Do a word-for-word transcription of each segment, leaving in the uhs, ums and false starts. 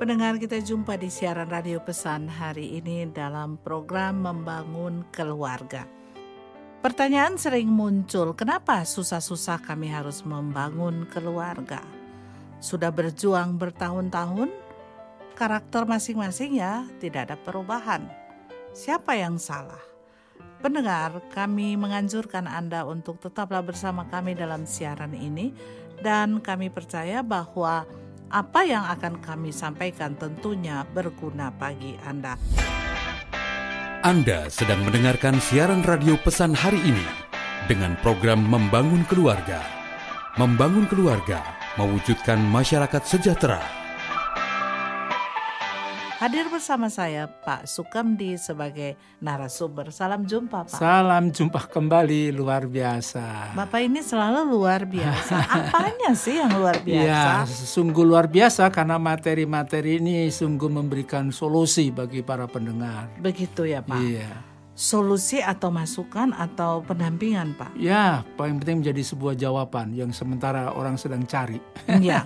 pendengar, kita jumpa di siaran Radio Pesan hari ini dalam program Membangun Keluarga. Pertanyaan sering muncul, kenapa susah-susah kami harus membangun keluarga? Sudah berjuang bertahun-tahun, karakter masing-masing ya tidak ada perubahan. Siapa yang salah? Pendengar, kami menganjurkan Anda untuk tetaplah bersama kami dalam siaran ini, dan kami percaya bahwa apa yang akan kami sampaikan tentunya berguna bagi Anda. Anda sedang mendengarkan siaran radio pesan hari ini dengan program Membangun Keluarga. Membangun keluarga, mewujudkan masyarakat sejahtera. Hadir bersama saya Pak Sukamdi sebagai narasumber. Salam jumpa Pak. Salam jumpa kembali, luar biasa. Bapak ini selalu luar biasa. Apanya sih yang luar biasa? Ya, sungguh luar biasa karena materi-materi ini sungguh memberikan solusi bagi para pendengar. Begitu ya Pak? Iya. Solusi atau masukan atau pendampingan Pak? Ya, paling penting menjadi sebuah jawaban yang sementara orang sedang cari. Iya.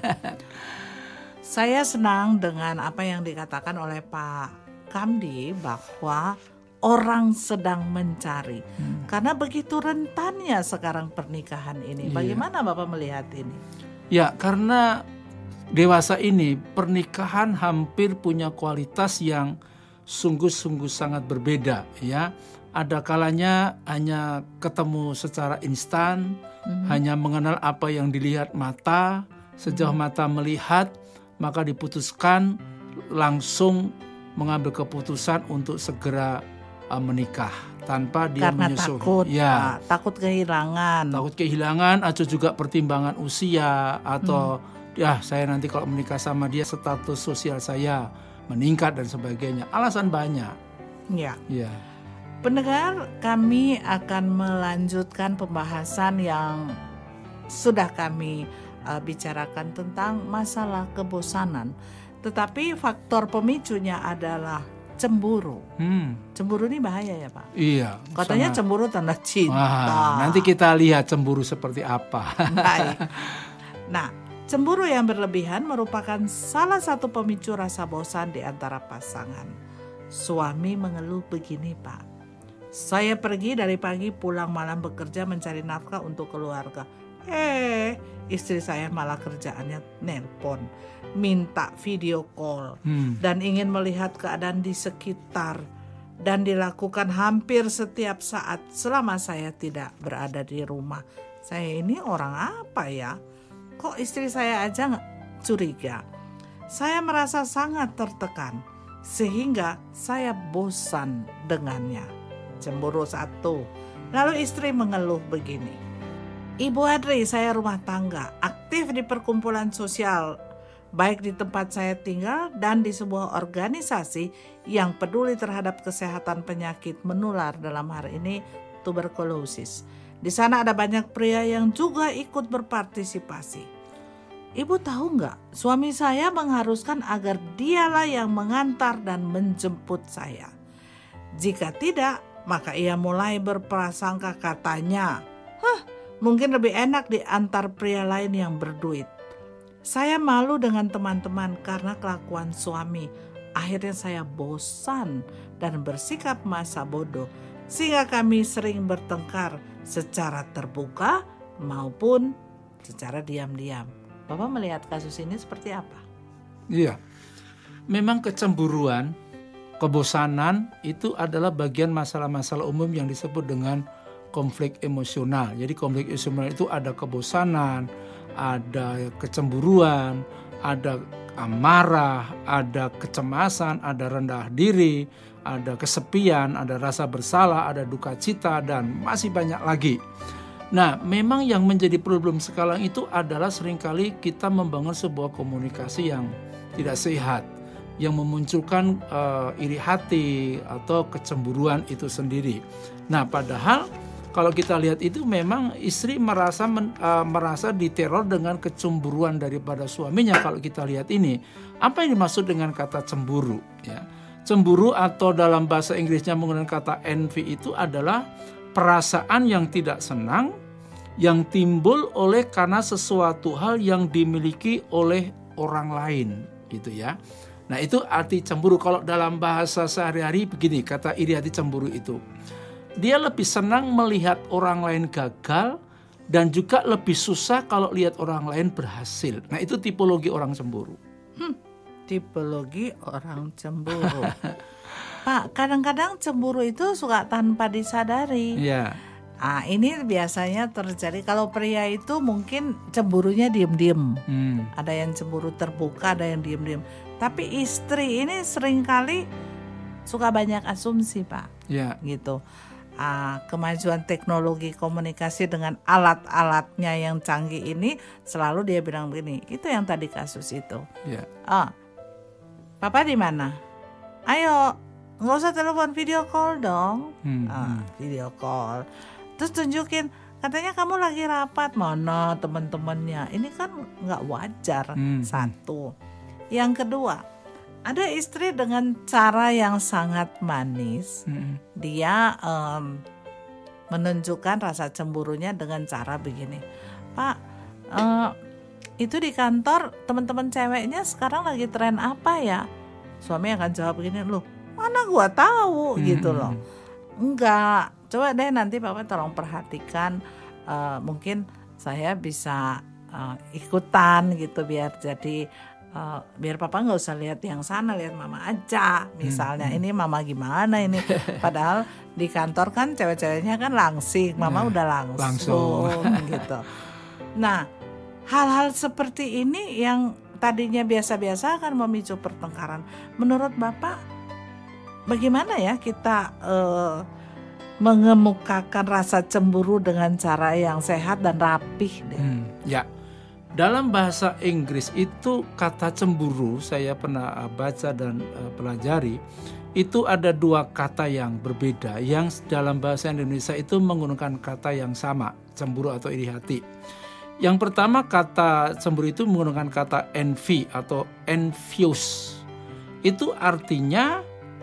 Saya senang dengan apa yang dikatakan oleh Pak Kamdi bahwa orang sedang mencari. Hmm. Karena begitu rentannya sekarang pernikahan ini. Iya. Bagaimana Bapak melihat ini? Ya, karena dewasa ini pernikahan hampir punya kualitas yang sungguh-sungguh sangat berbeda ya. Ada kalanya hanya ketemu secara instan, hmm. hanya mengenal apa yang dilihat mata, sejauh hmm. mata melihat, maka diputuskan langsung mengambil keputusan untuk segera uh, menikah tanpa dia karena menyusul. takut, ya. Pak, takut kehilangan. Takut kehilangan atau juga pertimbangan usia atau hmm. ya saya nanti kalau menikah sama dia status sosial saya meningkat dan sebagainya. Alasan banyak. Ya. Ya. Pendengar, kami akan melanjutkan pembahasan yang sudah kami Uh, bicarakan tentang masalah kebosanan, tetapi faktor pemicunya adalah cemburu. Hmm. Cemburu ini bahaya ya Pak? Iya. Katanya sangat. Cemburu tanda cinta. Wah, nanti kita lihat cemburu seperti apa. Baik. Nah, cemburu yang berlebihan merupakan salah satu pemicu rasa bosan di antara pasangan. Suami mengeluh begini Pak, saya pergi dari pagi pulang malam bekerja mencari nafkah untuk keluarga. Eh, istri saya malah kerjaannya nelpon, minta video call, hmm. dan ingin melihat keadaan di sekitar, dan dilakukan hampir setiap saat selama saya tidak berada di rumah. Saya ini orang apa ya? Kok istri saya aja nggak curiga? Saya merasa sangat tertekan, sehingga saya bosan dengannya. Cemburu satu. Lalu istri mengeluh begini, Ibu Adri, saya rumah tangga, aktif di perkumpulan sosial, baik di tempat saya tinggal dan di sebuah organisasi yang peduli terhadap kesehatan penyakit menular, dalam hal ini tuberkulosis. Di sana ada banyak pria yang juga ikut berpartisipasi. Ibu tahu nggak, suami saya mengharuskan agar dialah yang mengantar dan menjemput saya. Jika tidak, maka ia mulai berprasangka katanya, hah, mungkin lebih enak diantar pria lain yang berduit. Saya malu dengan teman-teman karena kelakuan suami. Akhirnya saya bosan dan bersikap masa bodoh, sehingga kami sering bertengkar secara terbuka maupun secara diam-diam. Bapak melihat kasus ini seperti apa? Iya, memang kecemburuan, kebosanan itu adalah bagian masalah-masalah umum yang disebut dengan konflik emosional. Jadi konflik emosional itu ada kebosanan, ada kecemburuan, ada amarah, ada kecemasan, ada rendah diri, ada kesepian, ada rasa bersalah, ada duka cita, dan masih banyak lagi. Nah, memang yang menjadi problem sekarang itu adalah seringkali kita membangun sebuah komunikasi yang tidak sehat, yang memunculkan uh, iri hati atau kecemburuan itu sendiri. Nah, padahal kalau kita lihat itu memang istri merasa men, uh, merasa diteror dengan kecemburuan daripada suaminya. Kalau kita lihat ini, apa yang dimaksud dengan kata cemburu? Ya, cemburu atau dalam bahasa Inggrisnya menggunakan kata envy itu adalah perasaan yang tidak senang yang timbul oleh karena sesuatu hal yang dimiliki oleh orang lain, gitu ya. Nah itu arti cemburu. Kalau dalam bahasa sehari-hari begini, kata iri hati cemburu itu, dia lebih senang melihat orang lain gagal dan juga lebih susah kalau lihat orang lain berhasil. Nah itu tipologi orang cemburu. Hmm, tipologi orang cemburu. Pak, kadang-kadang cemburu itu suka tanpa disadari. Ya. Ah, ini biasanya terjadi kalau pria itu mungkin cemburunya diem-diem. Hmm. Ada yang cemburu terbuka, ada yang diem-diem. Tapi istri ini seringkali suka banyak asumsi, Pak. Ya. Gitu. Ah, kemajuan teknologi komunikasi dengan alat-alatnya yang canggih ini selalu dia bilang begini, itu yang tadi kasus itu. Ya. Ah, Papa di mana? Ayo, nggak usah telepon, video call dong. Hmm. Ah, video call. Terus tunjukin, katanya kamu lagi rapat, mana teman-temannya. Ini kan nggak wajar. Hmm. Satu. Yang kedua, ada istri dengan cara yang sangat manis. Hmm. Dia um, menunjukkan rasa cemburunya dengan cara begini. Pak, uh, itu di kantor teman-teman ceweknya sekarang lagi tren apa ya? Suami akan jawab begini, loh mana gua tahu, Hmm. gitu loh. Enggak, coba deh nanti Papa tolong perhatikan, uh, mungkin saya bisa uh, ikutan gitu biar jadi Uh, biar Papa nggak usah lihat yang sana, lihat Mama aja misalnya. Hmm. Ini Mama gimana ini, padahal di kantor kan cewek-ceweknya kan langsing, Mama Nah, udah langsung, langsung. gitu. Nah, hal-hal seperti ini yang tadinya biasa-biasa akan memicu pertengkaran. Menurut Bapak bagaimana ya kita uh, mengemukakan rasa cemburu dengan cara yang sehat dan rapih deh? Hmm. Ya. Dalam bahasa Inggris itu kata cemburu, saya pernah baca dan uh, pelajari, itu ada dua kata yang berbeda. Yang dalam bahasa Indonesia itu menggunakan kata yang sama, cemburu atau iri hati. Yang pertama kata cemburu itu menggunakan kata envy atau envious. Itu artinya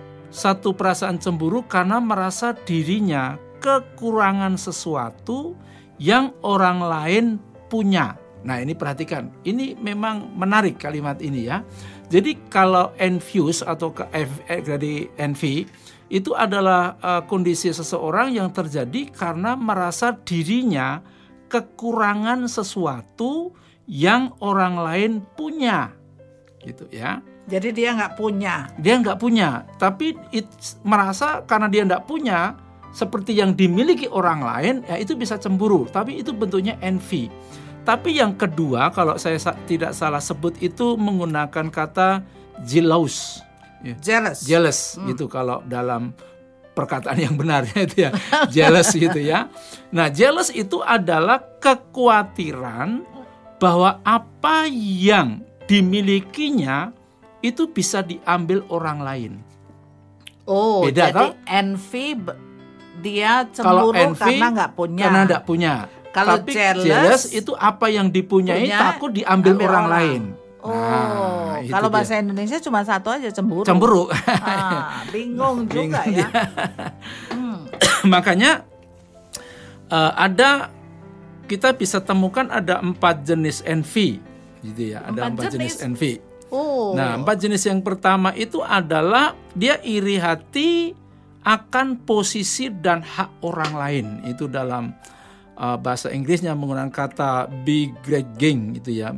satu perasaan cemburu karena merasa dirinya kekurangan sesuatu yang orang lain punya. Nah ini perhatikan, ini memang menarik kalimat ini ya. Jadi kalau envious atau ke dari envy itu adalah uh, kondisi seseorang yang terjadi karena merasa dirinya kekurangan sesuatu yang orang lain punya, gitu ya. Jadi dia nggak punya. Dia nggak punya, tapi it, merasa karena dia nggak punya seperti yang dimiliki orang lain, ya itu bisa cemburu. Tapi itu bentuknya envy. Tapi yang kedua, kalau saya tidak salah sebut itu menggunakan kata jealous. Jealous. Jealous, hmm. gitu kalau dalam perkataan yang benarnya itu ya. Jealous gitu ya. Nah, jealous itu adalah kekhawatiran bahwa apa yang dimilikinya itu bisa diambil orang lain. Oh, beda, jadi kan? envy dia cemburu envy, karena nggak punya. Karena nggak punya. Kalau Tapi jealous, jealous itu apa yang dipunyai punya, takut diambil orang, orang lain. Oh, nah, kalau dia. bahasa Indonesia cuma satu aja, cemburu. Cemburu. Ah, bingung juga bingung ya. hmm. Makanya uh, ada kita bisa temukan ada empat jenis envy, gitu ya. Ada empat, empat jenis, jenis envy. Oh. Nah, empat jenis yang pertama itu adalah dia iri hati akan posisi dan hak orang lain. Itu dalam uh, bahasa Inggrisnya menggunakan kata begrudging gitu ya,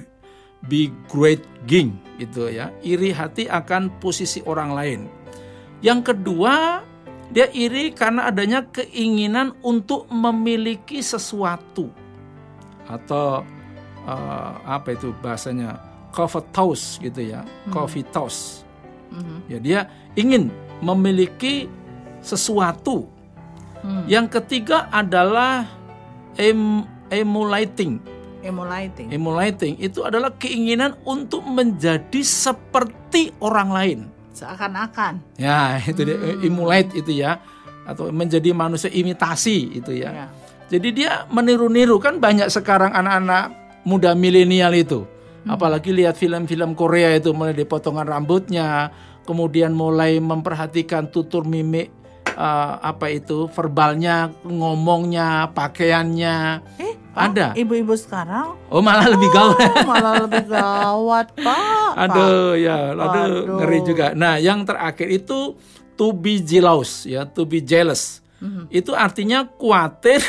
begrudging gitu ya. Iri hati akan posisi orang lain. Yang kedua, dia iri karena adanya keinginan untuk memiliki sesuatu atau uh, apa itu bahasanya covetous gitu ya, hmm. covetous. Hmm. Ya dia ingin memiliki sesuatu. Hmm. Yang ketiga adalah em, emulating. Emulating. Emulating itu adalah keinginan untuk menjadi seperti orang lain. Seakan-akan. Ya, itu hmm. dia emulate itu ya, atau menjadi manusia imitasi itu ya. ya. Jadi dia meniru-niru, kan banyak sekarang anak-anak muda milenial itu. Hmm. Apalagi lihat film-film Korea itu, mulai dari potongan rambutnya, kemudian mulai memperhatikan tutur mimik uh, apa itu verbalnya, ngomongnya, pakaiannya. Eh, Ada. Ibu-ibu sekarang Oh, malah lebih gawat. oh, malah lebih gawat, Pak. Aduh, ya, aduh, Aduh. ngeri juga. Nah, yang terakhir itu to be jealous, ya, to be jealous. Mm-hmm. Itu artinya khawatir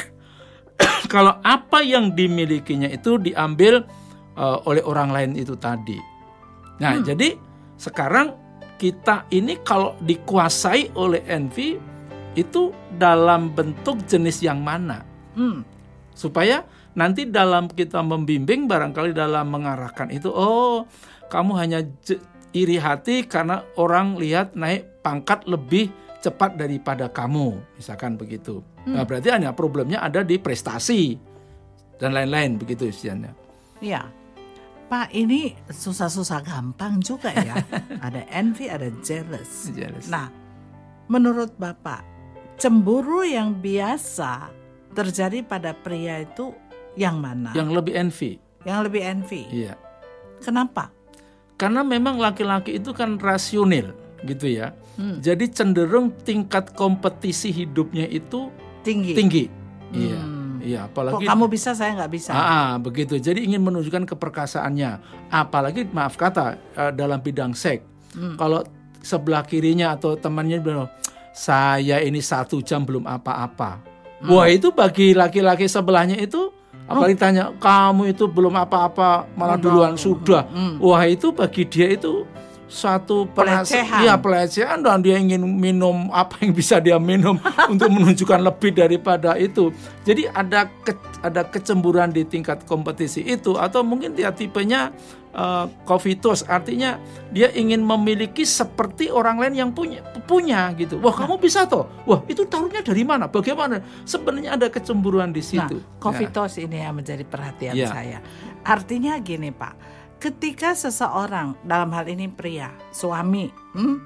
kalau apa yang dimilikinya itu diambil uh, oleh orang lain itu tadi. Nah, hmm. jadi sekarang kita ini kalau dikuasai oleh envy itu dalam bentuk jenis yang mana? Hmm. Supaya nanti dalam kita membimbing, barangkali dalam mengarahkan itu, oh, kamu hanya j- iri hati karena orang lihat naik pangkat lebih cepat daripada kamu, misalkan begitu. Hmm. Nah, berarti hanya problemnya ada di prestasi dan lain-lain begitu istilahnya. Iya. Pak, ini susah-susah gampang juga ya. Ada envy, ada jealous. jealous. Nah, menurut Bapak, cemburu yang biasa terjadi pada pria itu yang mana? Yang lebih envy. Yang lebih envy. Iya. Kenapa? Karena memang laki-laki itu kan rasional, gitu ya. Hmm. Jadi cenderung tingkat kompetisi hidupnya itu tinggi. Tinggi. Hmm. Iya. Iya, apalagi kok kamu bisa, saya nggak bisa. Ah, begitu. Jadi ingin menunjukkan keperkasaannya. Apalagi maaf kata uh, dalam bidang seks. Hmm. Kalau sebelah kirinya atau temannya bilang, saya ini satu jam belum apa-apa. Hmm. Wah, itu bagi laki-laki sebelahnya itu, apalagi hmm. tanya, kamu itu belum apa-apa, malah duluan hmm. sudah. Hmm. Wah, itu bagi dia itu suatu pelecehan. Iya, pelecehan, dan dia ingin minum apa yang bisa dia minum untuk menunjukkan lebih daripada itu. Jadi ada ke, ada kecemburuan di tingkat kompetisi itu, atau mungkin dia tipenya uh, covetous, artinya dia ingin memiliki seperti orang lain yang punya punya gitu. Wah, kamu bisa toh? Wah, itu taruhnya dari mana? Bagaimana? Sebenarnya ada kecemburuan di situ. Nah, covetous ya. Ini yang menjadi perhatian ya. saya. Artinya gini, Pak. Ketika seseorang, dalam hal ini pria, suami, hmm,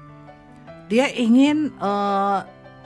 dia ingin uh,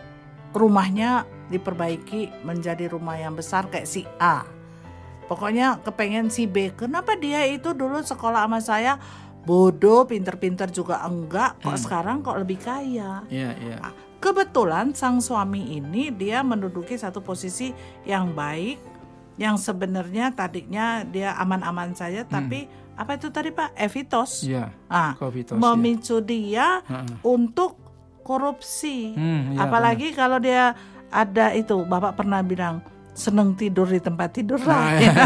rumahnya diperbaiki menjadi rumah yang besar kayak si A. Pokoknya kepengen si B. Kenapa dia itu dulu sekolah sama saya bodoh, pinter-pinter juga enggak, kok hmm. sekarang kok lebih kaya. Yeah, yeah. Nah, kebetulan sang suami ini dia menduduki satu posisi yang baik, yang sebenarnya tadinya dia aman-aman saja, hmm. tapi apa itu tadi Pak? Evitos. Ya, nah, covetous, memicu ya. dia uh-uh. untuk korupsi. Hmm, ya, Apalagi benar. Kalau dia ada itu, Bapak pernah bilang seneng tidur di tempat tidur nah, lain.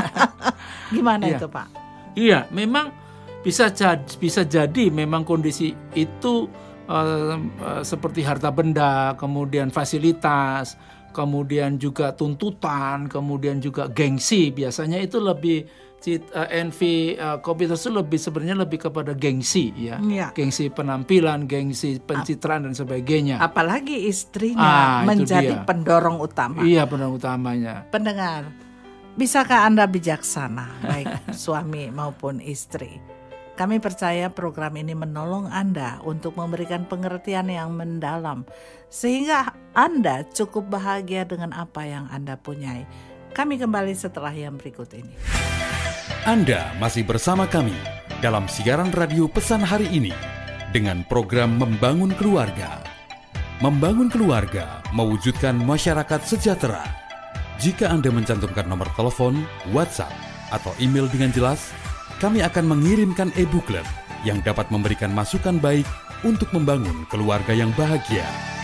Gimana ya. itu Pak? Iya, memang bisa jadi, bisa jadi memang kondisi itu uh, uh, seperti harta benda, kemudian fasilitas, kemudian juga tuntutan, kemudian juga gengsi. Biasanya itu lebih Uh, envy, uh, covetous itu lebih sebenarnya lebih kepada gengsi ya, ya. Gengsi penampilan, gengsi pencitraan dan sebagainya. Apalagi istrinya ah, menjadi pendorong utama. Iya, pendorong utamanya. Pendengar, bisakah Anda bijaksana, baik suami maupun istri? Kami percaya program ini menolong Anda untuk memberikan pengertian yang mendalam, sehingga Anda cukup bahagia dengan apa yang Anda punyai. Kami kembali setelah yang berikut ini. Anda masih bersama kami dalam siaran radio Pesan Hari ini dengan program Membangun Keluarga. Membangun Keluarga mewujudkan masyarakat sejahtera. Jika Anda mencantumkan nomor telepon, WhatsApp, atau email dengan jelas, kami akan mengirimkan e-booklet yang dapat memberikan masukan baik untuk membangun keluarga yang bahagia.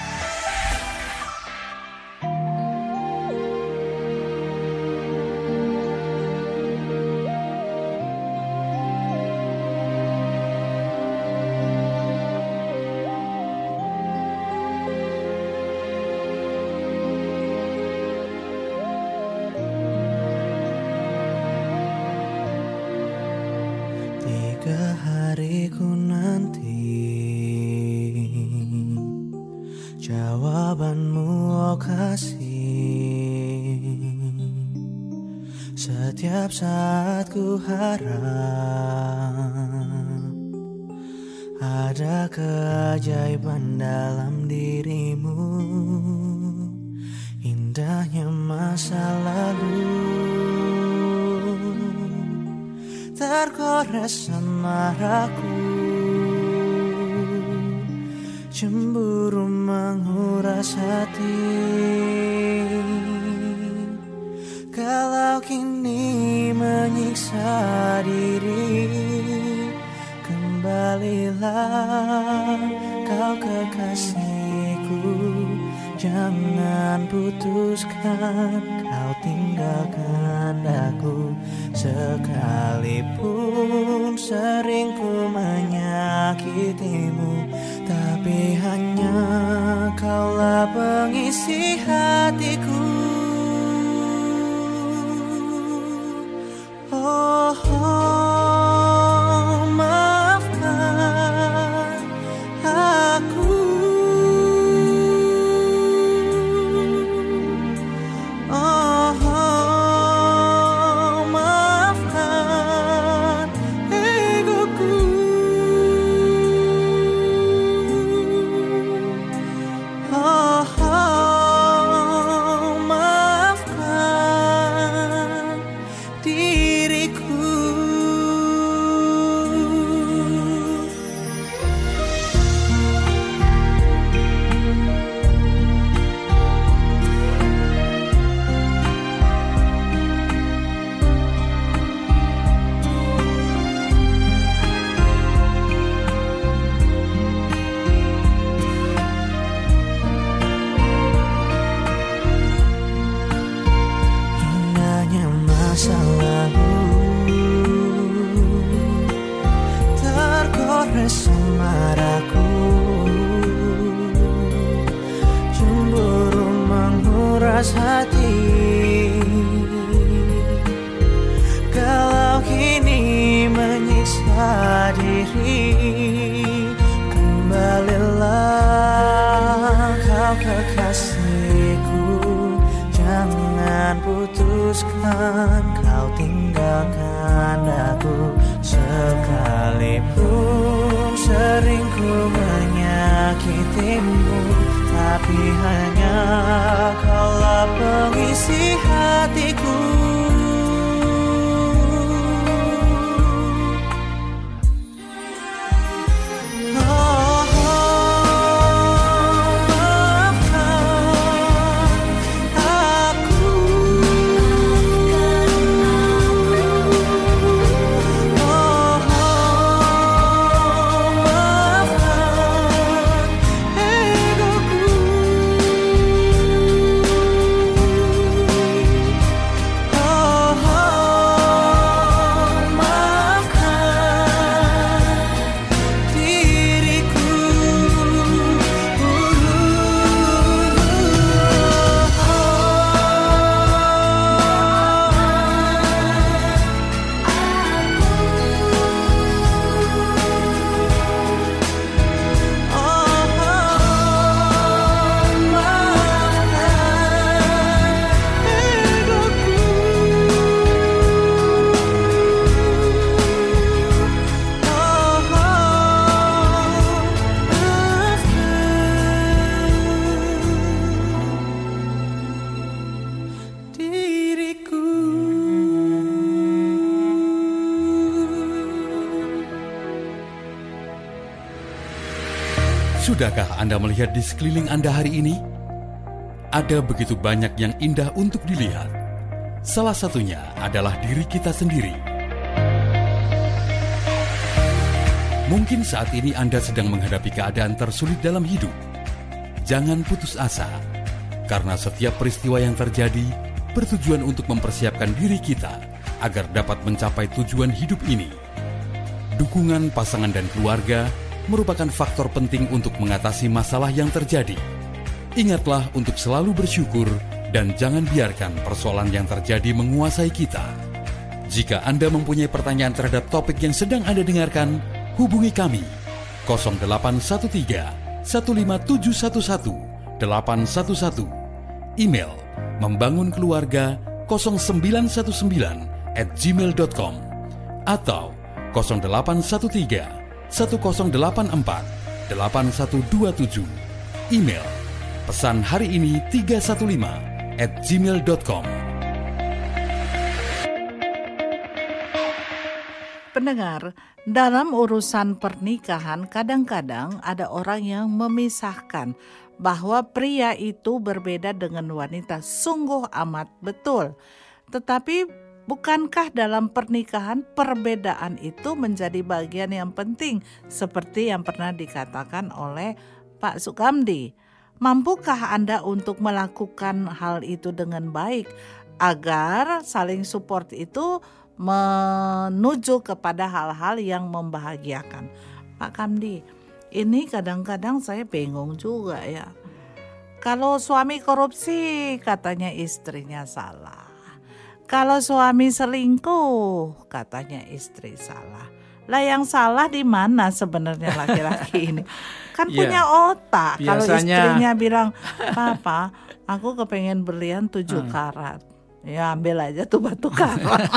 Setiap saat ku harap ada keajaiban dalam dirimu, indahnya masa lalu tergores amarahku, cemburu menguras hati. Kalau kini menyiksa diri, kembalilah kau kekasihku. Jangan putuskan kau tinggalkan aku, sekalipun sering ku menyakitimu, tapi hanya kaulah pengisi hatiku. Oh, oh maafkan aku. Kau tinggalkan aku, sekalipun sering ku menyakitimu, tapi hanya kaulah pengisi hatiku. Sudahkah Anda melihat di sekeliling Anda hari ini? Ada begitu banyak yang indah untuk dilihat. Salah satunya adalah diri kita sendiri. Mungkin saat ini Anda sedang menghadapi keadaan tersulit dalam hidup. Jangan putus asa, karena setiap peristiwa yang terjadi bertujuan untuk mempersiapkan diri kita agar dapat mencapai tujuan hidup ini. Dukungan pasangan dan keluarga merupakan faktor penting untuk mengatasi masalah yang terjadi. Ingatlah untuk selalu bersyukur dan jangan biarkan persoalan yang terjadi menguasai kita. Jika Anda mempunyai pertanyaan terhadap topik yang sedang Anda dengarkan, hubungi kami nol delapan satu tiga satu lima tujuh satu satu delapan satu satu, email membangunkeluarga nol sembilan satu sembilan at gmail dot com atau nol delapan satu tiga satu nol delapan empat delapan satu dua tujuh, email pesan hari ini tiga satu lima at gmail dot com. Pendengar, dalam urusan pernikahan kadang-kadang ada orang yang memisahkan bahwa pria itu berbeda dengan wanita. Sungguh amat betul. Tetapi bukankah dalam pernikahan perbedaan itu menjadi bagian yang penting seperti yang pernah dikatakan oleh Pak Sukamdi? Mampukah Anda untuk melakukan hal itu dengan baik agar saling support itu menuju kepada hal-hal yang membahagiakan? Pak Kamdi, ini kadang-kadang saya bingung juga ya. Kalau suami korupsi katanya istrinya salah. Kalau suami selingkuh katanya istri salah. Lah yang salah di mana sebenarnya laki-laki ini? Kan yeah. punya otak. Biasanya... Kalau istrinya bilang, "Papa, aku kepengen berlian tujuh hmm. karat." Ya ambil aja tuh batu karat.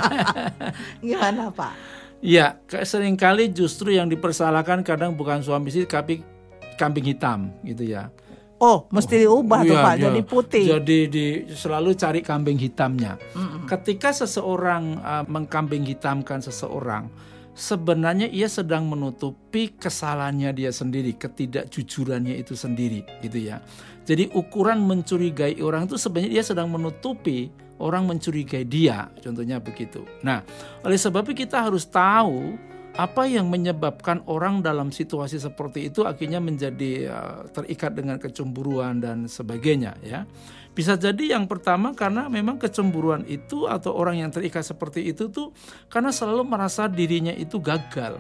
Gimana Pak? Ya, seringkali justru yang dipersalahkan kadang bukan suami istri tapi kambing hitam gitu ya. Oh, mesti diubah oh, tuh iya, Pak, iya. jadi putih. Jadi di, selalu cari kambing hitamnya. Mm-mm. Ketika seseorang uh, mengkambing hitamkan seseorang, sebenarnya ia sedang menutupi kesalahannya dia sendiri, ketidakjujurannya itu sendiri, gitu ya. Jadi ukuran mencurigai orang itu sebenarnya dia sedang menutupi orang mencurigai dia, contohnya begitu. Nah, oleh sebab itu kita harus tahu apa yang menyebabkan orang dalam situasi seperti itu akhirnya menjadi uh, terikat dengan kecemburuan dan sebagainya, ya. Bisa jadi yang pertama karena memang kecemburuan itu atau orang yang terikat seperti itu tuh karena selalu merasa dirinya itu gagal.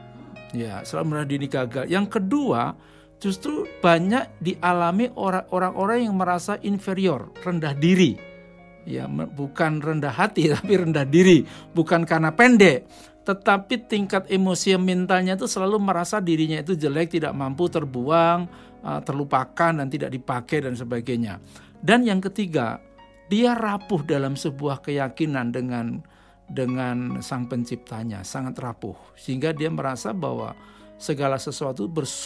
Ya, selalu merasa diri gagal. Yang kedua, justru banyak dialami orang-orang yang merasa inferior, rendah diri. Ya, bukan rendah hati tapi rendah diri, bukan karena pendek, tetapi tingkat emosi mentalnya itu selalu merasa dirinya itu jelek, tidak mampu, terbuang, terlupakan dan tidak dipakai dan sebagainya. Dan yang ketiga, dia rapuh dalam sebuah keyakinan dengan dengan Sang Penciptanya, sangat rapuh. Sehingga dia merasa bahwa segala sesuatu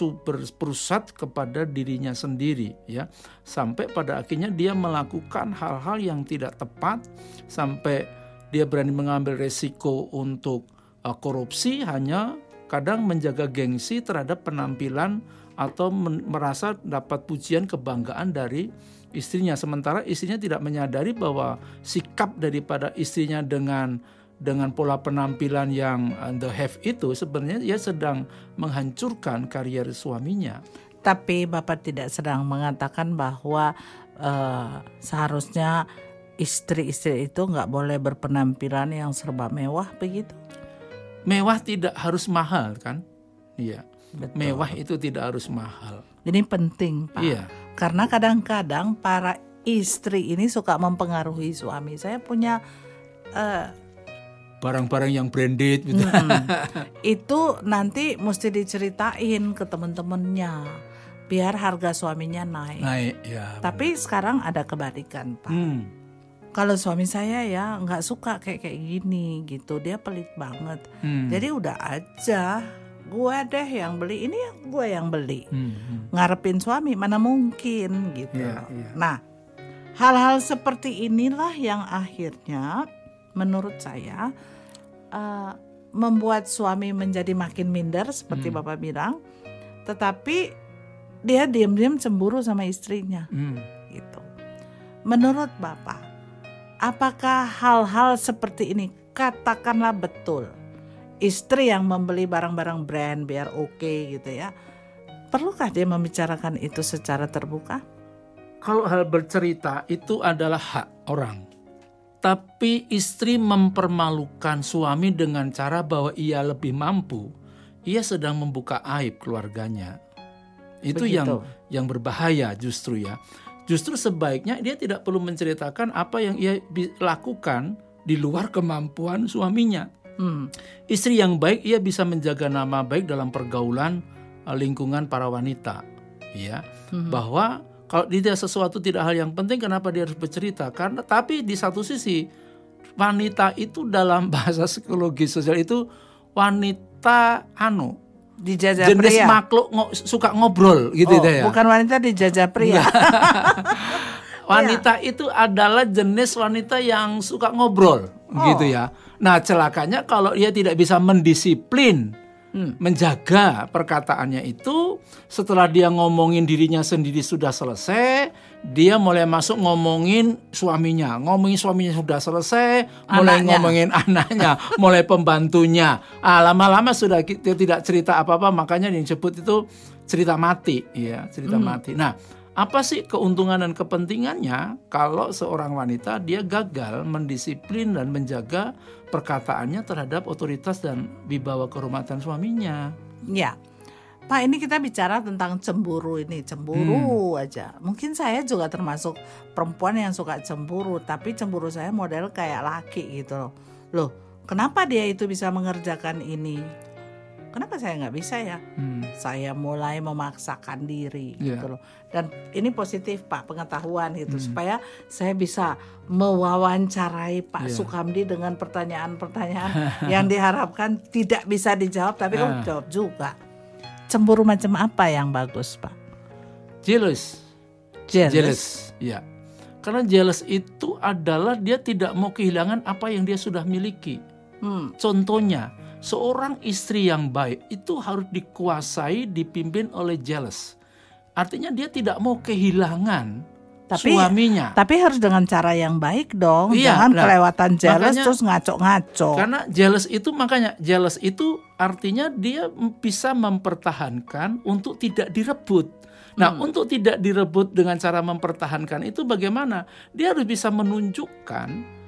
berpusat kepada dirinya sendiri, ya. Sampai pada akhirnya dia melakukan hal-hal yang tidak tepat, sampai dia berani mengambil resiko untuk uh, korupsi hanya kadang menjaga gengsi terhadap penampilan atau men- merasa dapat pujian kebanggaan dari istrinya, sementara istrinya tidak menyadari bahwa sikap daripada istrinya dengan dengan pola penampilan yang the have itu sebenarnya ia sedang menghancurkan karier suaminya. Tapi Bapak tidak sedang mengatakan bahwa uh, seharusnya istri-istri itu nggak boleh berpenampilan yang serba mewah begitu? Mewah tidak harus mahal kan? Iya. Betul. Mewah itu tidak harus mahal. Ini penting Pak. Iya. Karena kadang-kadang para istri ini suka mempengaruhi suami. Saya punya uh, barang-barang yang branded gitu. Hmm, itu nanti mesti diceritain ke teman-temannya biar harga suaminya naik. Naik ya. Tapi benar. Sekarang ada kebalikan Pak. Hmm. Kalau suami saya ya nggak suka kayak kayak gini gitu, dia pelit banget. Hmm. Jadi udah aja gue deh yang beli, ini yang gue yang beli. Hmm, hmm. Ngarepin suami mana mungkin gitu. Yeah, yeah. Nah, hal-hal seperti inilah yang akhirnya menurut saya uh, membuat suami menjadi makin minder seperti hmm. Bapak bilang, tetapi dia diam-diam cemburu sama istrinya. Hmm. Gitu. Menurut Bapak, apakah hal-hal seperti ini katakanlah betul? Istri yang membeli barang-barang brand biar oke okay, gitu ya. Perlukah dia membicarakan itu secara terbuka? Kalau hal bercerita itu adalah hak orang. Tapi istri mempermalukan suami dengan cara bahwa ia lebih mampu. Ia sedang membuka aib keluarganya. Itu Begitu. yang yang berbahaya justru ya. Justru sebaiknya dia tidak perlu menceritakan apa yang ia lakukan di luar kemampuan suaminya. Hmm. Istri yang baik ia bisa menjaga nama baik dalam pergaulan lingkungan para wanita, ya. Hmm. Bahwa kalau dia sesuatu tidak hal yang penting, kenapa dia harus bercerita? Karena tapi di satu sisi wanita itu dalam bahasa psikologi sosial itu wanita anu dijajah jenis pria. makhluk ngo, suka ngobrol gitu oh, ya. Bukan wanita dijajah pria. Wanita ya. Itu adalah jenis wanita yang suka ngobrol, oh. gitu ya. Nah, celakanya kalau dia tidak bisa mendisiplin, hmm. menjaga perkataannya itu, setelah dia ngomongin dirinya sendiri sudah selesai, dia mulai masuk ngomongin suaminya, ngomongin suaminya sudah selesai, mulai Anaknya. ngomongin anaknya, mulai pembantunya. Ah, lama-lama sudah dia tidak cerita apa-apa, makanya yang disebut itu cerita mati, ya, cerita Hmm. mati. Nah, apa sih keuntungan dan kepentingannya kalau seorang wanita dia gagal mendisiplin dan menjaga perkataannya terhadap otoritas dan wibawa kehormatan suaminya? Ya, Pak, ini kita bicara tentang cemburu ini, cemburu Hmm. aja. Mungkin saya juga termasuk perempuan yang suka cemburu, tapi cemburu saya model kayak laki gitu loh. Loh, kenapa dia itu bisa mengerjakan ini? Kenapa saya nggak bisa ya? Hmm. Saya mulai memaksakan diri Yeah. gitu loh. Dan ini positif Pak, pengetahuan gitu, Hmm. supaya saya bisa mewawancarai Pak Yeah. Sukamdi dengan pertanyaan-pertanyaan yang diharapkan tidak bisa dijawab, tapi kamu Ah. jawab juga. Cemburu macam apa yang bagus Pak? Jealous. Jealous. Jealous, ya. Karena jealous itu adalah dia tidak mau kehilangan apa yang dia sudah miliki. Hmm. Contohnya, seorang istri yang baik itu harus dikuasai, dipimpin oleh jealous. Artinya dia tidak mau kehilangan Tapi- suaminya. Tapi harus dengan cara yang baik dong. Iya, Jangan nah, kelewatan jealous makanya- terus ngaco-ngaco. Karena jealous itu makanya jealous itu artinya dia bisa mempertahankan untuk tidak direbut. Nah, Hmm. untuk tidak direbut dengan cara mempertahankan itu bagaimana? Dia harus bisa menunjukkan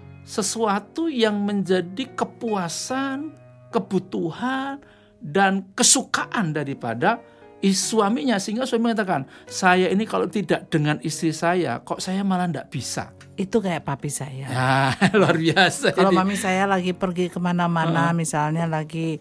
sesuatu yang menjadi kepuasan, kebutuhan, dan kesukaan daripada is- suaminya. Sehingga suami mengatakan, saya ini kalau tidak dengan istri saya, kok saya malah tidak bisa. Itu kayak papi saya. Nah, luar biasa. Kalau ini. mami saya lagi pergi kemana-mana, misalnya lagi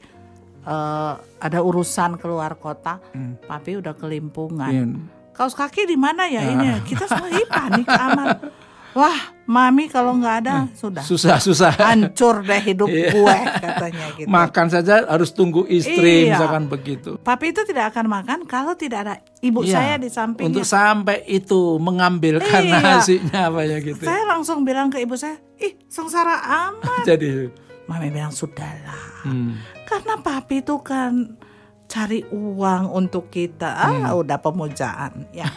eh, ada urusan keluar kota, Hmm. papi udah kelimpungan. Iya. Kaos kaki di mana ya ini? Kita semua ih, panik aman. Wah, mami kalau nggak ada sudah Susah-susah. hancur deh hidup Iya. gue katanya gitu. Makan saja harus tunggu istri, Iya. misalkan begitu. Papi itu tidak akan makan kalau tidak ada ibu Iya. saya di sampingnya. Untuk sampai itu mengambilkan Iya. nasinya apa ya gitu. Saya langsung bilang ke ibu saya, ih sengsara amat. Jadi, Mami bilang sudahlah. hmm, Karena papi itu kan cari uang untuk kita. Ah, Hmm. udah pemujaan. Ya.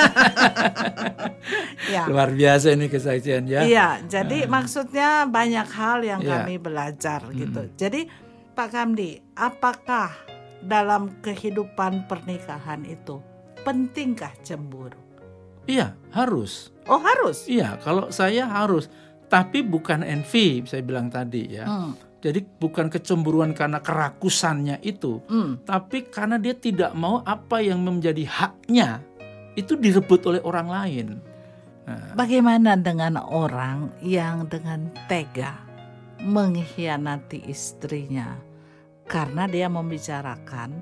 ya. luar biasa ini kesaksian ya. Iya, jadi maksudnya banyak hal yang Iya. kami belajar gitu. Jadi Pak Kamdi, apakah dalam kehidupan pernikahan itu pentingkah cemburu? Iya, harus. Oh harus. Iya, kalau saya harus. Tapi bukan envy, saya bilang tadi ya. Hmm. Jadi bukan kecemburuan karena kerakusannya itu. Hmm. Tapi karena dia tidak mau apa yang menjadi haknya itu direbut oleh orang lain. Nah, Bagaimana dengan orang yang dengan tega mengkhianati istrinya karena dia membicarakan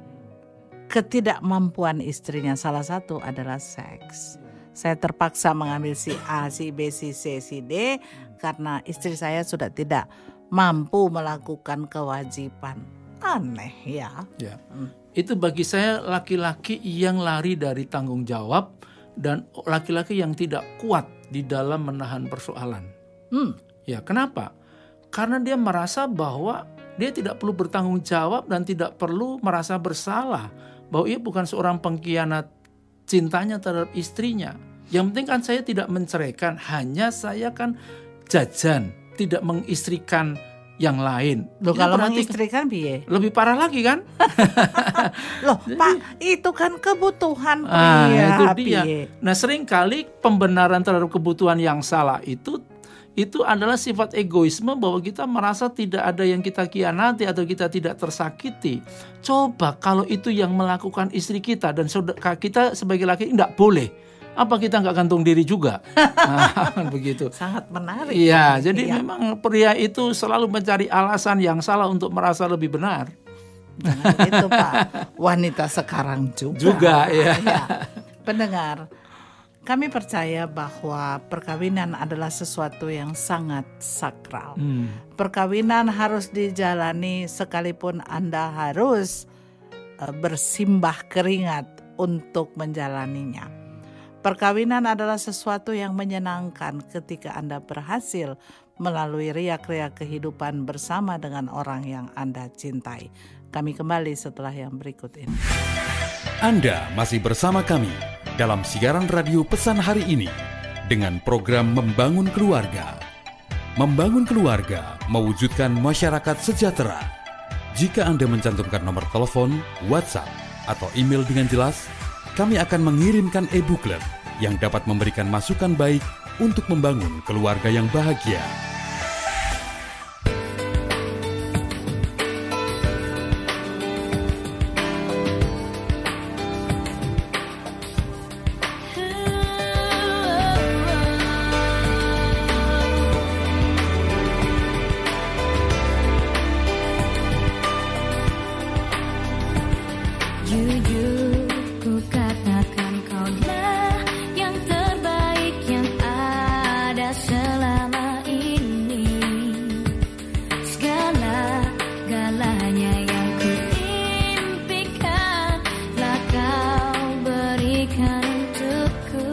ketidakmampuan istrinya? Salah satu adalah seks. Saya terpaksa mengambil si A, si B, si C, si D karena istri saya sudah tidak mampu melakukan kewajiban. Aneh ya. ya. Itu bagi saya laki-laki yang lari dari tanggung jawab dan laki-laki yang tidak kuat di dalam menahan persoalan. Hmm. Ya, kenapa? Karena dia merasa bahwa dia tidak perlu bertanggung jawab dan tidak perlu merasa bersalah bahwa ia bukan seorang pengkhianat cintanya terhadap istrinya. Yang penting kan saya tidak menceraikan, hanya saya kan jajan, tidak mengistrikan yang lain. Loh, Itu kalau berarti mengistrikan piye? lebih parah lagi kan? Loh, Pak, itu kan kebutuhan Ah, pria. itu dia. piye? Nah, seringkali pembenaran terhadap kebutuhan yang salah itu itu adalah sifat egoisme bahwa kita merasa tidak ada yang kita khianati atau kita tidak tersakiti. Coba kalau itu yang melakukan istri kita dan saudara kita sebagai laki tidak boleh. Apa kita nggak gantung diri juga? Nah, kan begitu. Sangat menarik. Iya, jadi Iya. memang pria itu selalu mencari alasan yang salah untuk merasa lebih benar. Nah, itu Pak, wanita sekarang juga. Juga, ya. Ya. Pendengar, kami percaya bahwa perkawinan adalah sesuatu yang sangat sakral. Hmm. Perkawinan harus dijalani sekalipun Anda harus uh, bersimbah keringat untuk menjalaninya. Perkawinan adalah sesuatu yang menyenangkan ketika Anda berhasil melalui riak-riak kehidupan bersama dengan orang yang Anda cintai. Kami kembali setelah yang berikut ini. Anda masih bersama kami dalam siaran radio pesan hari ini dengan program Membangun Keluarga. Membangun keluarga, mewujudkan masyarakat sejahtera. Jika Anda mencantumkan nomor telepon, WhatsApp, atau email dengan jelas, kami akan mengirimkan e-booklet yang dapat memberikan masukan baik untuk membangun keluarga yang bahagia. Jujur ku katakan kaulah yang terbaik yang ada selama ini. Segala-galanya yang ku impikan telah kau berikan untukku.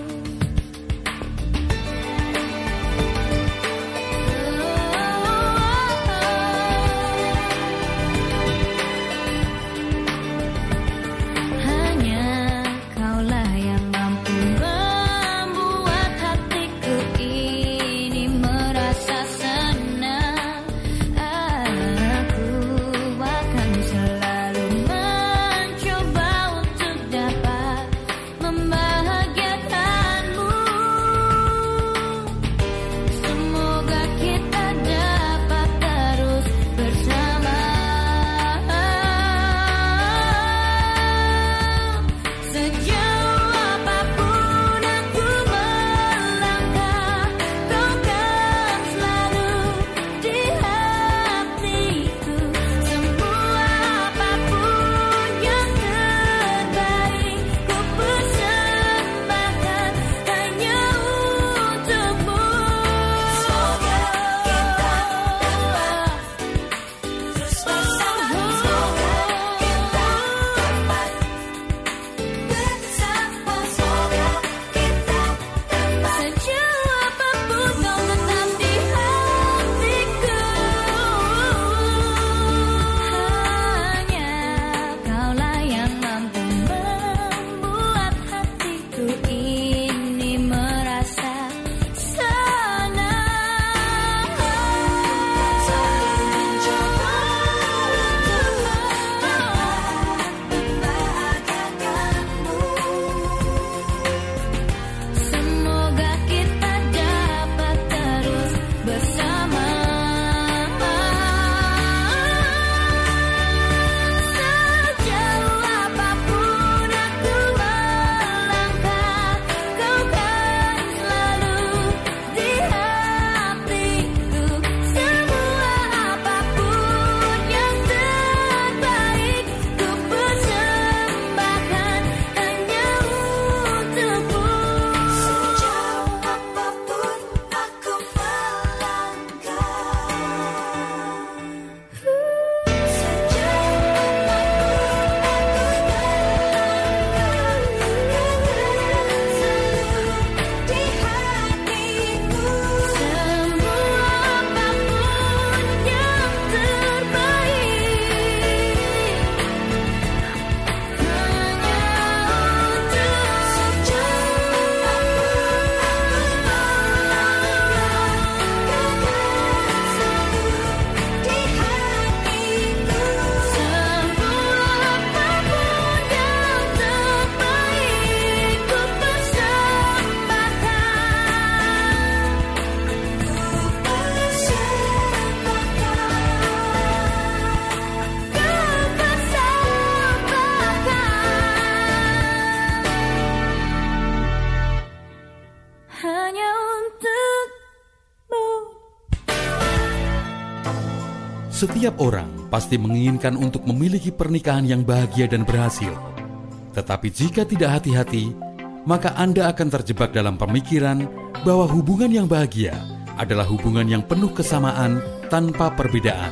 Setiap orang pasti menginginkan untuk memiliki pernikahan yang bahagia dan berhasil. Tetapi jika tidak hati-hati, maka Anda akan terjebak dalam pemikiran bahwa hubungan yang bahagia adalah hubungan yang penuh kesamaan tanpa perbedaan.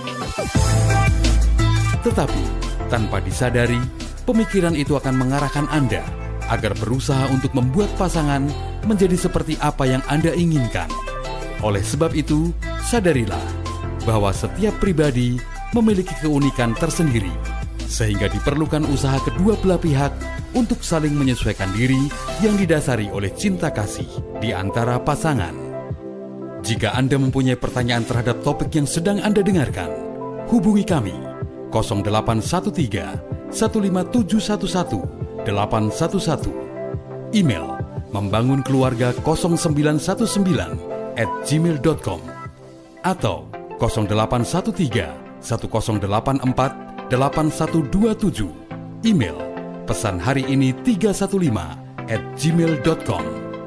Tetapi, tanpa disadari, pemikiran itu akan mengarahkan Anda agar berusaha untuk membuat pasangan menjadi seperti apa yang Anda inginkan. Oleh sebab itu, sadarilah bahwa setiap pribadi memiliki keunikan tersendiri sehingga diperlukan usaha kedua belah pihak untuk saling menyesuaikan diri yang didasari oleh cinta kasih di antara pasangan. Jika Anda mempunyai pertanyaan terhadap topik yang sedang Anda dengarkan, hubungi kami nol delapan satu tiga satu lima tujuh satu satu delapan satu satu, email membangun keluarga nol sembilan satu sembilan at gmail dot com atau nol delapan satu tiga satu nol delapan empat delapan satu dua tujuh, email pesan hari ini tiga satu lima at gmail dot com.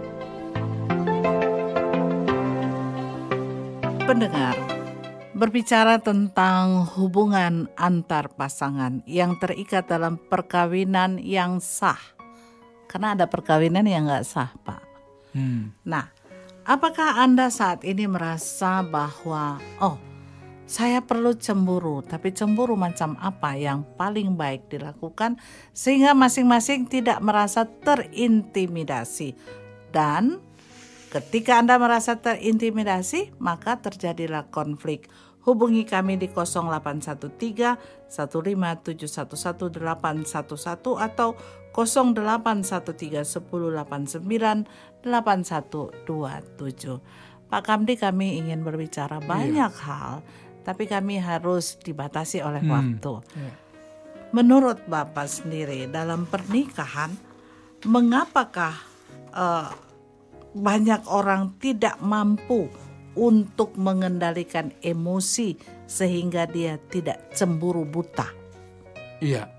Pendengar, berbicara tentang hubungan antar pasangan yang terikat dalam perkawinan yang sah. Karena ada perkawinan yang nggak sah, Pak. Hmm. Nah, apakah Anda saat ini merasa bahwa, oh, saya perlu cemburu, tapi cemburu macam apa yang paling baik dilakukan sehingga masing-masing tidak merasa terintimidasi? Dan ketika Anda merasa terintimidasi, maka terjadilah konflik. Hubungi kami di nol delapan satu tiga satu lima tujuh satu satu delapan satu satu atau nol delapan satu tiga satu nol delapan sembilan delapan satu dua tujuh. Pak Kamdi, kami ingin berbicara banyak iya. hal, tapi kami harus dibatasi oleh hmm. waktu. Iya. Menurut Bapak sendiri dalam pernikahan, mengapakah uh, banyak orang tidak mampu untuk mengendalikan emosi sehingga dia tidak cemburu buta? Iya.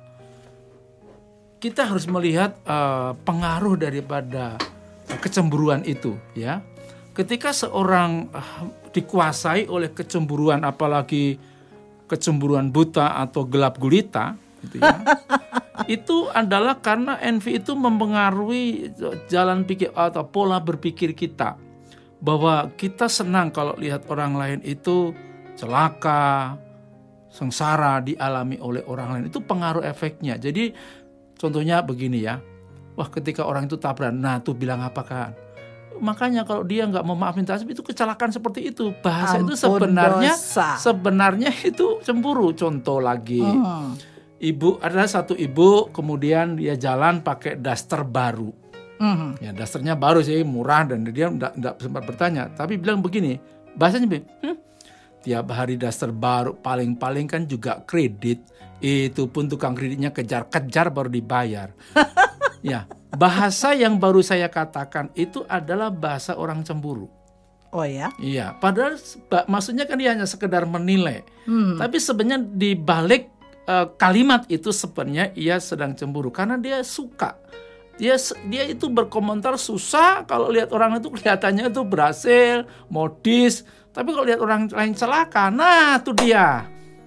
Kita harus melihat uh, pengaruh daripada kecemburuan itu, ya. Ketika seorang uh, dikuasai oleh kecemburuan, apalagi kecemburuan buta atau gelap gulita, gitu ya. Itu adalah karena envy itu mempengaruhi jalan pikir atau pola berpikir kita. Bahwa kita senang kalau lihat orang lain itu celaka, sengsara dialami oleh orang lain. Itu pengaruh efeknya. Jadi contohnya begini ya. Wah, ketika orang itu tabrakan, nah tuh bilang apa kan? Makanya kalau dia nggak mau maafin tasbih itu kecelakaan seperti itu. Bahasa Ampun itu sebenarnya dosa. sebenarnya itu cemburu. Contoh lagi. Hmm. Ibu, ada satu ibu kemudian dia jalan pakai daster baru. Mm-hmm. Ya, dasternya baru sih, murah, dan dia enggak sempat bertanya, tapi bilang begini, bahasanya hm, tiap hari daster baru, paling-paling kan juga kredit, itu pun tukang kreditnya kejar-kejar baru dibayar. Ya, bahasa yang baru saya katakan itu adalah bahasa orang cemburu. Oh ya? Iya, padahal maksudnya kan dia hanya sekedar menilai, hmm. tapi sebenarnya di balik uh, kalimat itu sebenarnya ia sedang cemburu karena dia suka. Dia dia itu berkomentar susah kalau lihat orang itu kelihatannya itu berhasil, modis. Tapi kalau lihat orang lain celaka, nah itu dia.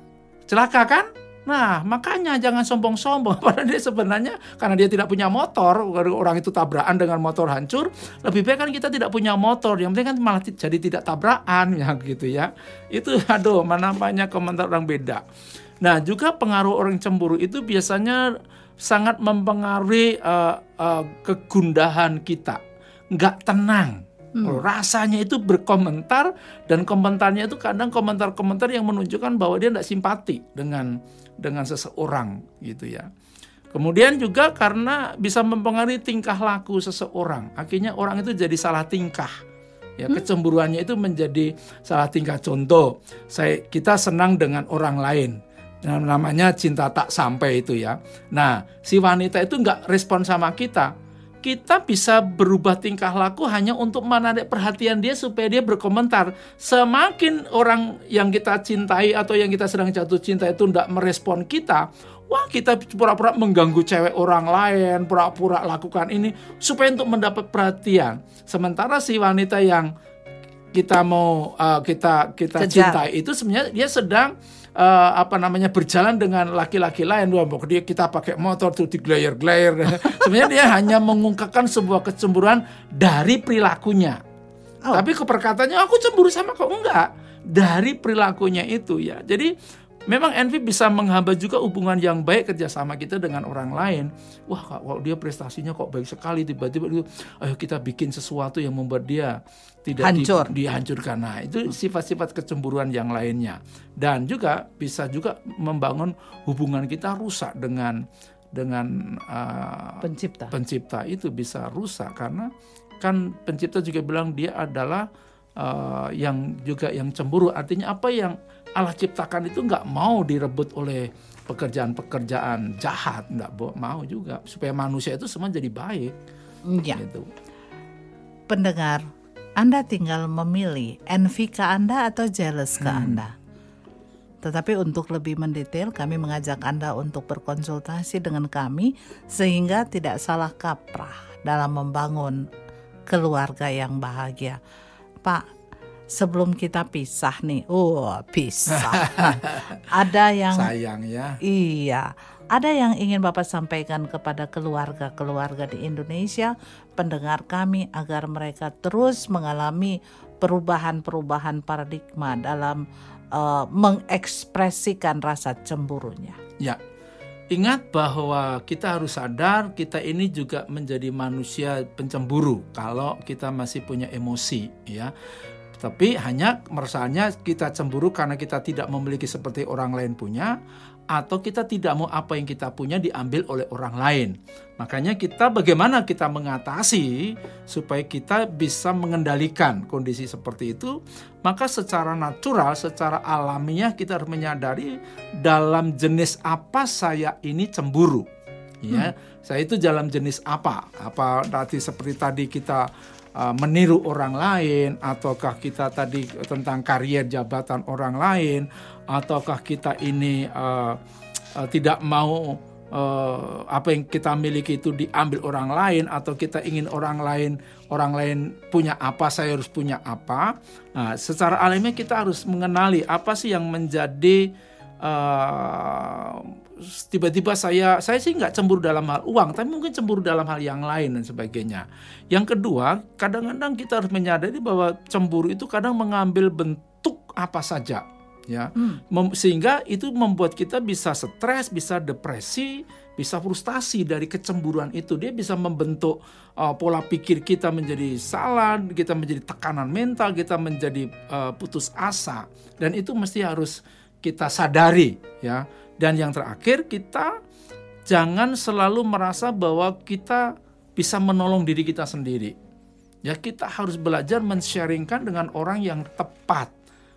Celaka kan? Nah, makanya jangan sombong-sombong. Padahal dia sebenarnya karena dia tidak punya motor, orang itu tabrakan dengan motor hancur, lebih baik kan kita tidak punya motor. Yang penting kan malah t- jadi tidak tabrakan ya gitu ya. Itu aduh, mana banyak komentar orang beda. Nah, juga pengaruh orang cemburu itu biasanya sangat mempengaruhi uh, uh, kegundahan kita, nggak tenang. Hmm. Rasanya itu berkomentar, dan komentarnya itu kadang komentar-komentar yang menunjukkan bahwa dia nggak simpati dengan dengan seseorang, gitu ya. Kemudian juga karena bisa mempengaruhi tingkah laku seseorang, akhirnya orang itu jadi salah tingkah. Ya, hmm. kecemburuannya itu menjadi salah tingkah. Contoh, saya kita senang dengan orang lain. Nah, namanya cinta tak sampai itu ya. Nah, si wanita itu nggak respon sama kita. Kita bisa berubah tingkah laku hanya untuk menarik perhatian dia supaya dia berkomentar. Semakin orang yang kita cintai atau yang kita sedang jatuh cinta itu nggak merespon kita, wah kita pura-pura mengganggu cewek orang lain, pura-pura lakukan ini supaya untuk mendapat perhatian. Sementara si wanita yang kita mau uh, kita kita cintai itu sebenarnya dia sedang Uh, apa namanya berjalan dengan laki-laki lain. Wah, dia kita pakai motor tuh diglayer-glayer. Sebenarnya dia hanya mengungkapkan sebuah kecemburuan dari perilakunya. Oh. Tapi keperkataannya aku cemburu sama kau, enggak. Dari perilakunya itu ya. Jadi memang envy bisa menghambat juga hubungan yang baik kerjasama kita dengan orang lain. Wah, kalau dia prestasinya kok baik sekali, tiba-tiba itu, ayo kita bikin sesuatu yang membuat dia tidak Hancur. di, dihancurkan. Nah, itu sifat-sifat kecemburuan yang lainnya. Dan juga bisa juga membangun hubungan kita rusak dengan dengan uh, Pencipta. Pencipta itu bisa rusak karena kan pencipta juga bilang dia adalah uh, yang juga yang cemburu. Artinya apa yang Allah ciptakan itu nggak mau direbut oleh pekerjaan-pekerjaan jahat, nggak mau juga supaya manusia itu semua jadi baik. Ya. Gitu. Pendengar, Anda tinggal memilih envy ke Anda atau jealous ke Hmm. Anda. Tetapi untuk lebih mendetail, kami mengajak Anda untuk berkonsultasi dengan kami sehingga tidak salah kaprah dalam membangun keluarga yang bahagia. Pak, sebelum kita pisah nih, oh pisah, ada yang Sayang ya. Iya, ada yang ingin Bapak sampaikan kepada keluarga-keluarga di Indonesia, pendengar kami, agar mereka terus mengalami perubahan-perubahan paradigma dalam uh, mengekspresikan rasa cemburunya. Ya, ingat bahwa kita harus sadar kita ini juga menjadi manusia pencemburu kalau kita masih punya emosi, ya. Tapi hanya merasanya kita cemburu karena kita tidak memiliki seperti orang lain punya, atau kita tidak mau apa yang kita punya diambil oleh orang lain. Makanya kita bagaimana kita mengatasi supaya kita bisa mengendalikan kondisi seperti itu, maka secara natural, secara alamiah kita harus menyadari dalam jenis apa saya ini cemburu. Ya, hmm. Saya itu dalam jenis apa? Apa nanti seperti tadi kita Uh, meniru orang lain, ataukah kita tadi tentang karier jabatan orang lain, ataukah kita ini uh, uh, tidak mau uh, apa yang kita miliki itu diambil orang lain, atau kita ingin orang lain orang lain punya apa, saya harus punya apa. Nah, secara alamiah kita harus mengenali apa sih yang menjadi uh, tiba-tiba saya saya sih nggak cemburu dalam hal uang, tapi mungkin cemburu dalam hal yang lain dan sebagainya. Yang kedua, kadang-kadang kita harus menyadari bahwa cemburu itu kadang mengambil bentuk apa saja, ya, hmm. Mem- sehingga itu membuat kita bisa stres, bisa depresi, bisa frustasi dari kecemburuan itu. Dia bisa membentuk uh, pola pikir kita menjadi salah, kita menjadi tekanan mental, kita menjadi uh, putus asa, dan itu mesti harus kita sadari, ya. Dan yang terakhir, kita jangan selalu merasa bahwa kita bisa menolong diri kita sendiri. Ya, kita harus belajar men-sharingkan dengan orang yang tepat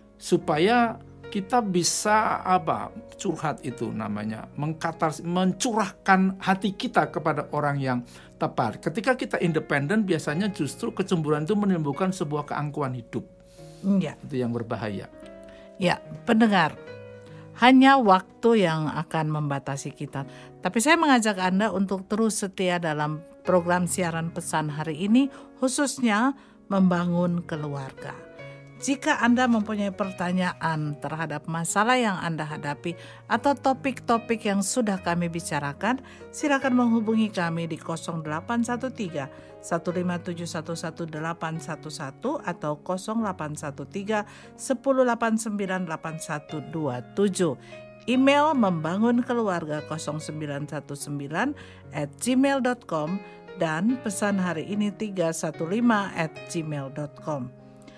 supaya kita bisa apa? Curhat itu namanya, mengkatar, mencurahkan hati kita kepada orang yang tepat. Ketika kita independen, biasanya justru kecemburuan itu menimbulkan sebuah keangkuhan hidup. Ya. Itu yang berbahaya. Ya, pendengar, hanya waktu yang akan membatasi kita. Tapi saya mengajak Anda untuk terus setia dalam program siaran pesan hari ini, khususnya membangun keluarga. Jika Anda mempunyai pertanyaan terhadap masalah yang Anda hadapi atau topik-topik yang sudah kami bicarakan, silakan menghubungi kami di nol delapan satu tiga, satu lima tujuh satu satu delapan satu satu atau nol delapan satu tiga, satu delapan sembilan delapan satu dua tujuh. Email membangunkeluarga nol sembilan satu sembilan at gmail dot com dan pesan hari ini tiga satu lima at gmail dot com.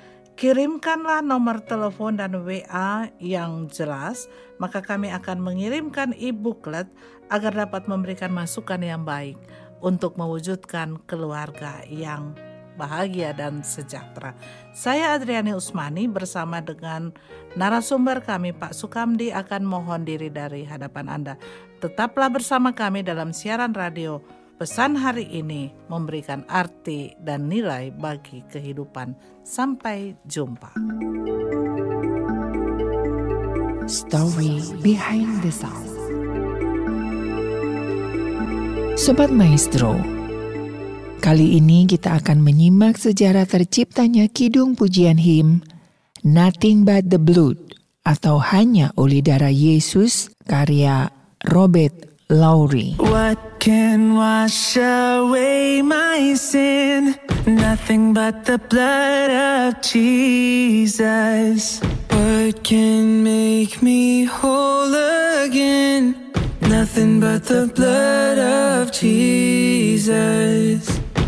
Kirimkanlah nomor telepon dan W A yang jelas, maka kami akan mengirimkan e-booklet agar dapat memberikan masukan yang baik untuk mewujudkan keluarga yang bahagia dan sejahtera. Saya Adriani Usmani bersama dengan narasumber kami Pak Sukamdi akan mohon diri dari hadapan Anda. Tetaplah bersama kami dalam siaran radio Pesan hari ini, memberikan arti dan nilai bagi kehidupan. Sampai jumpa. Story behind the sound. Sobat Maestro, kali ini kita akan menyimak sejarah terciptanya kidung pujian him Nothing But the Blood atau Hanya Oleh Darah Yesus karya Robert Lowry. What can wash away my sin? Nothing but the blood of Jesus. What can make me whole again? Nothing but the blood of Jesus.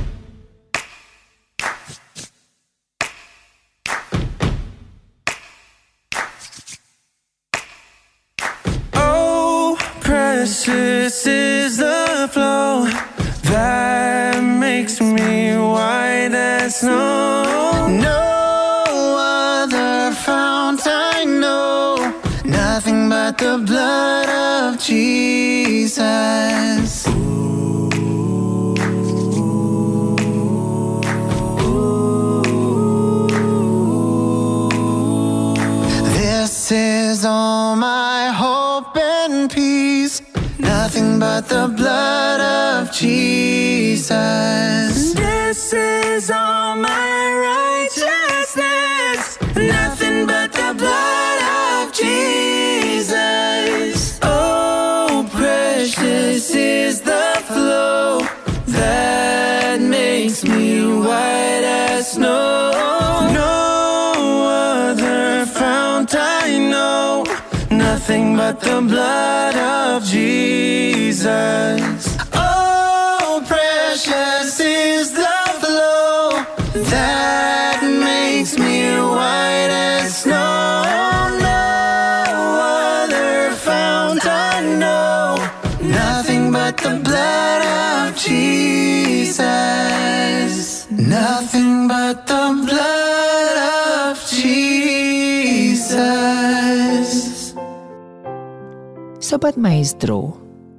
Oh, precious is the flow that makes me white as snow. No other fount I know, nothing but the blood of Jesus. This is all my hope and peace, nothing but the blood of Jesus. This is all my righteousness, nothing but the blood of Jesus. Oh, precious is the flow that makes me white as snow. No other fount I know, nothing but the blood of Jesus. Oh, precious is the flow that makes me white as snow. No other fount I know, nothing but the blood of Jesus. Nothing but the blood of Jesus. Sobat Maestro,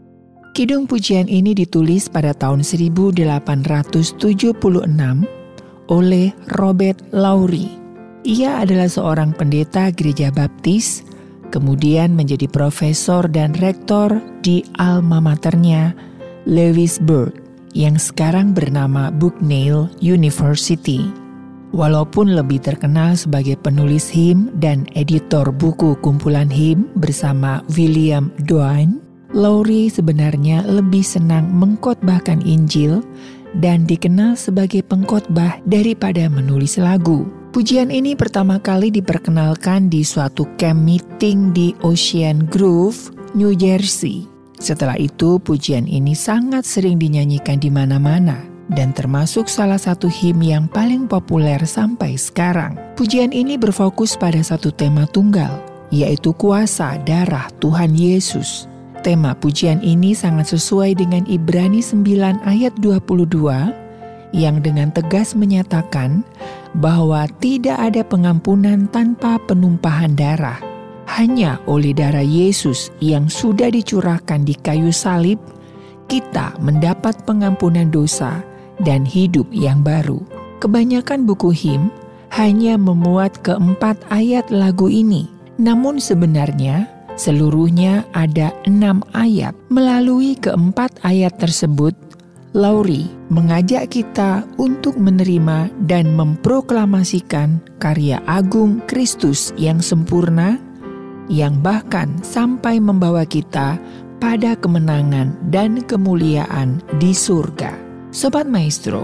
kidung pujian ini ditulis pada tahun seribu delapan ratus tujuh puluh enam oleh Robert Lowry. Ia adalah seorang pendeta gereja baptis, kemudian menjadi profesor dan rektor di alma maternya, Lewisburg, yang sekarang bernama Bucknell University. Walaupun lebih terkenal sebagai penulis him dan editor buku kumpulan him bersama William Dwan, Lowry sebenarnya lebih senang mengkhotbahkan Injil dan dikenal sebagai pengkhotbah daripada menulis lagu. Pujian ini pertama kali diperkenalkan di suatu camp meeting di Ocean Grove, New Jersey. Setelah itu, pujian ini sangat sering dinyanyikan di mana-mana dan termasuk salah satu him yang paling populer sampai sekarang. Pujian ini berfokus pada satu tema tunggal, yaitu kuasa darah Tuhan Yesus. Tema pujian ini sangat sesuai dengan Ibrani sembilan ayat dua puluh dua yang dengan tegas menyatakan bahwa tidak ada pengampunan tanpa penumpahan darah. Hanya oleh darah Yesus yang sudah dicurahkan di kayu salib, kita mendapat pengampunan dosa dan hidup yang baru. Kebanyakan buku him hanya memuat keempat ayat lagu ini. Namun sebenarnya seluruhnya ada enam ayat. Melalui keempat ayat tersebut, Lowry mengajak kita untuk menerima dan memproklamasikan karya agung Kristus yang sempurna, yang bahkan sampai membawa kita pada kemenangan dan kemuliaan di surga. Sobat Maestro,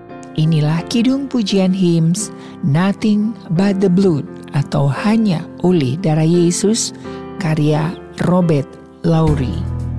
inilah kidung pujian hymns Nothing But The Blood atau Hanya Oleh Darah Yesus, karya Robert Lowry.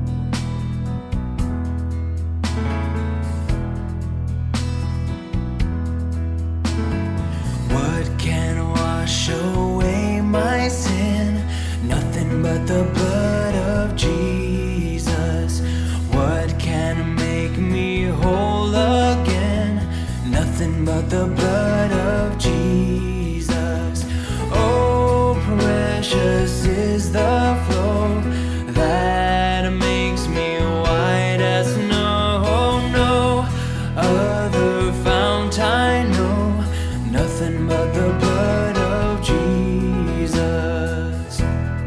What can wash away my sin? Nothing but the blood of Jesus. What can make me whole again? Nothing but the blood of Jesus. Oh, precious is the flow that makes me white as snow. No other fount I know, nothing but the blood of Jesus.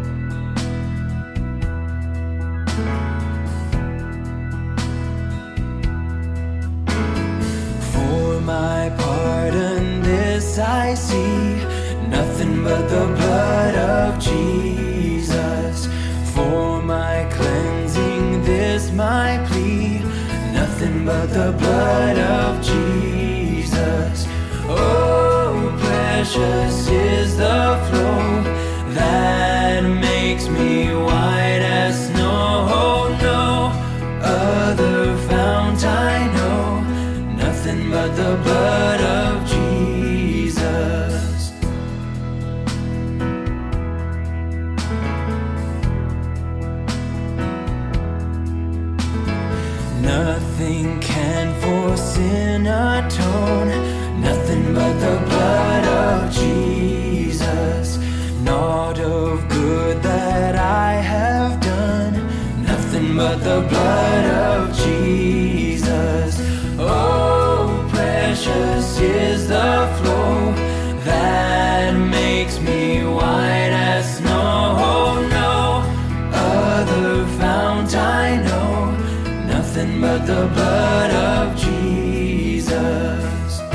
For my pardon this I see, nothing but the blood of Jesus. For my cleansing this nothing but the blood of Jesus. Oh, precious is the flow that makes me white as snow. No other fount I know, nothing but the blood of Jesus. Nothing can for sin atone, nothing but the blood of Jesus. Naught of good that I have done, nothing but the blood of Jesus. Oh, precious is the flow that makes me white as snow. No other fount I know, nothing but the blood of Jesus.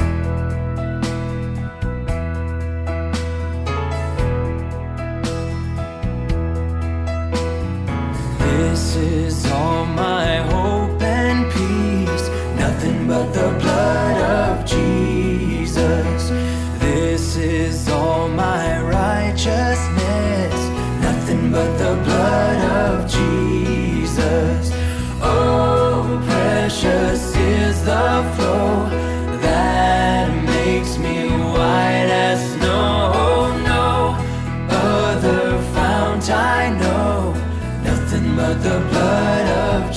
This is all my hope and peace, nothing but the blood of Jesus. This is all my righteousness, nothing but the blood of Jesus. Oh, precious is the flow that makes me white as snow. No other fount I know, nothing but the blood of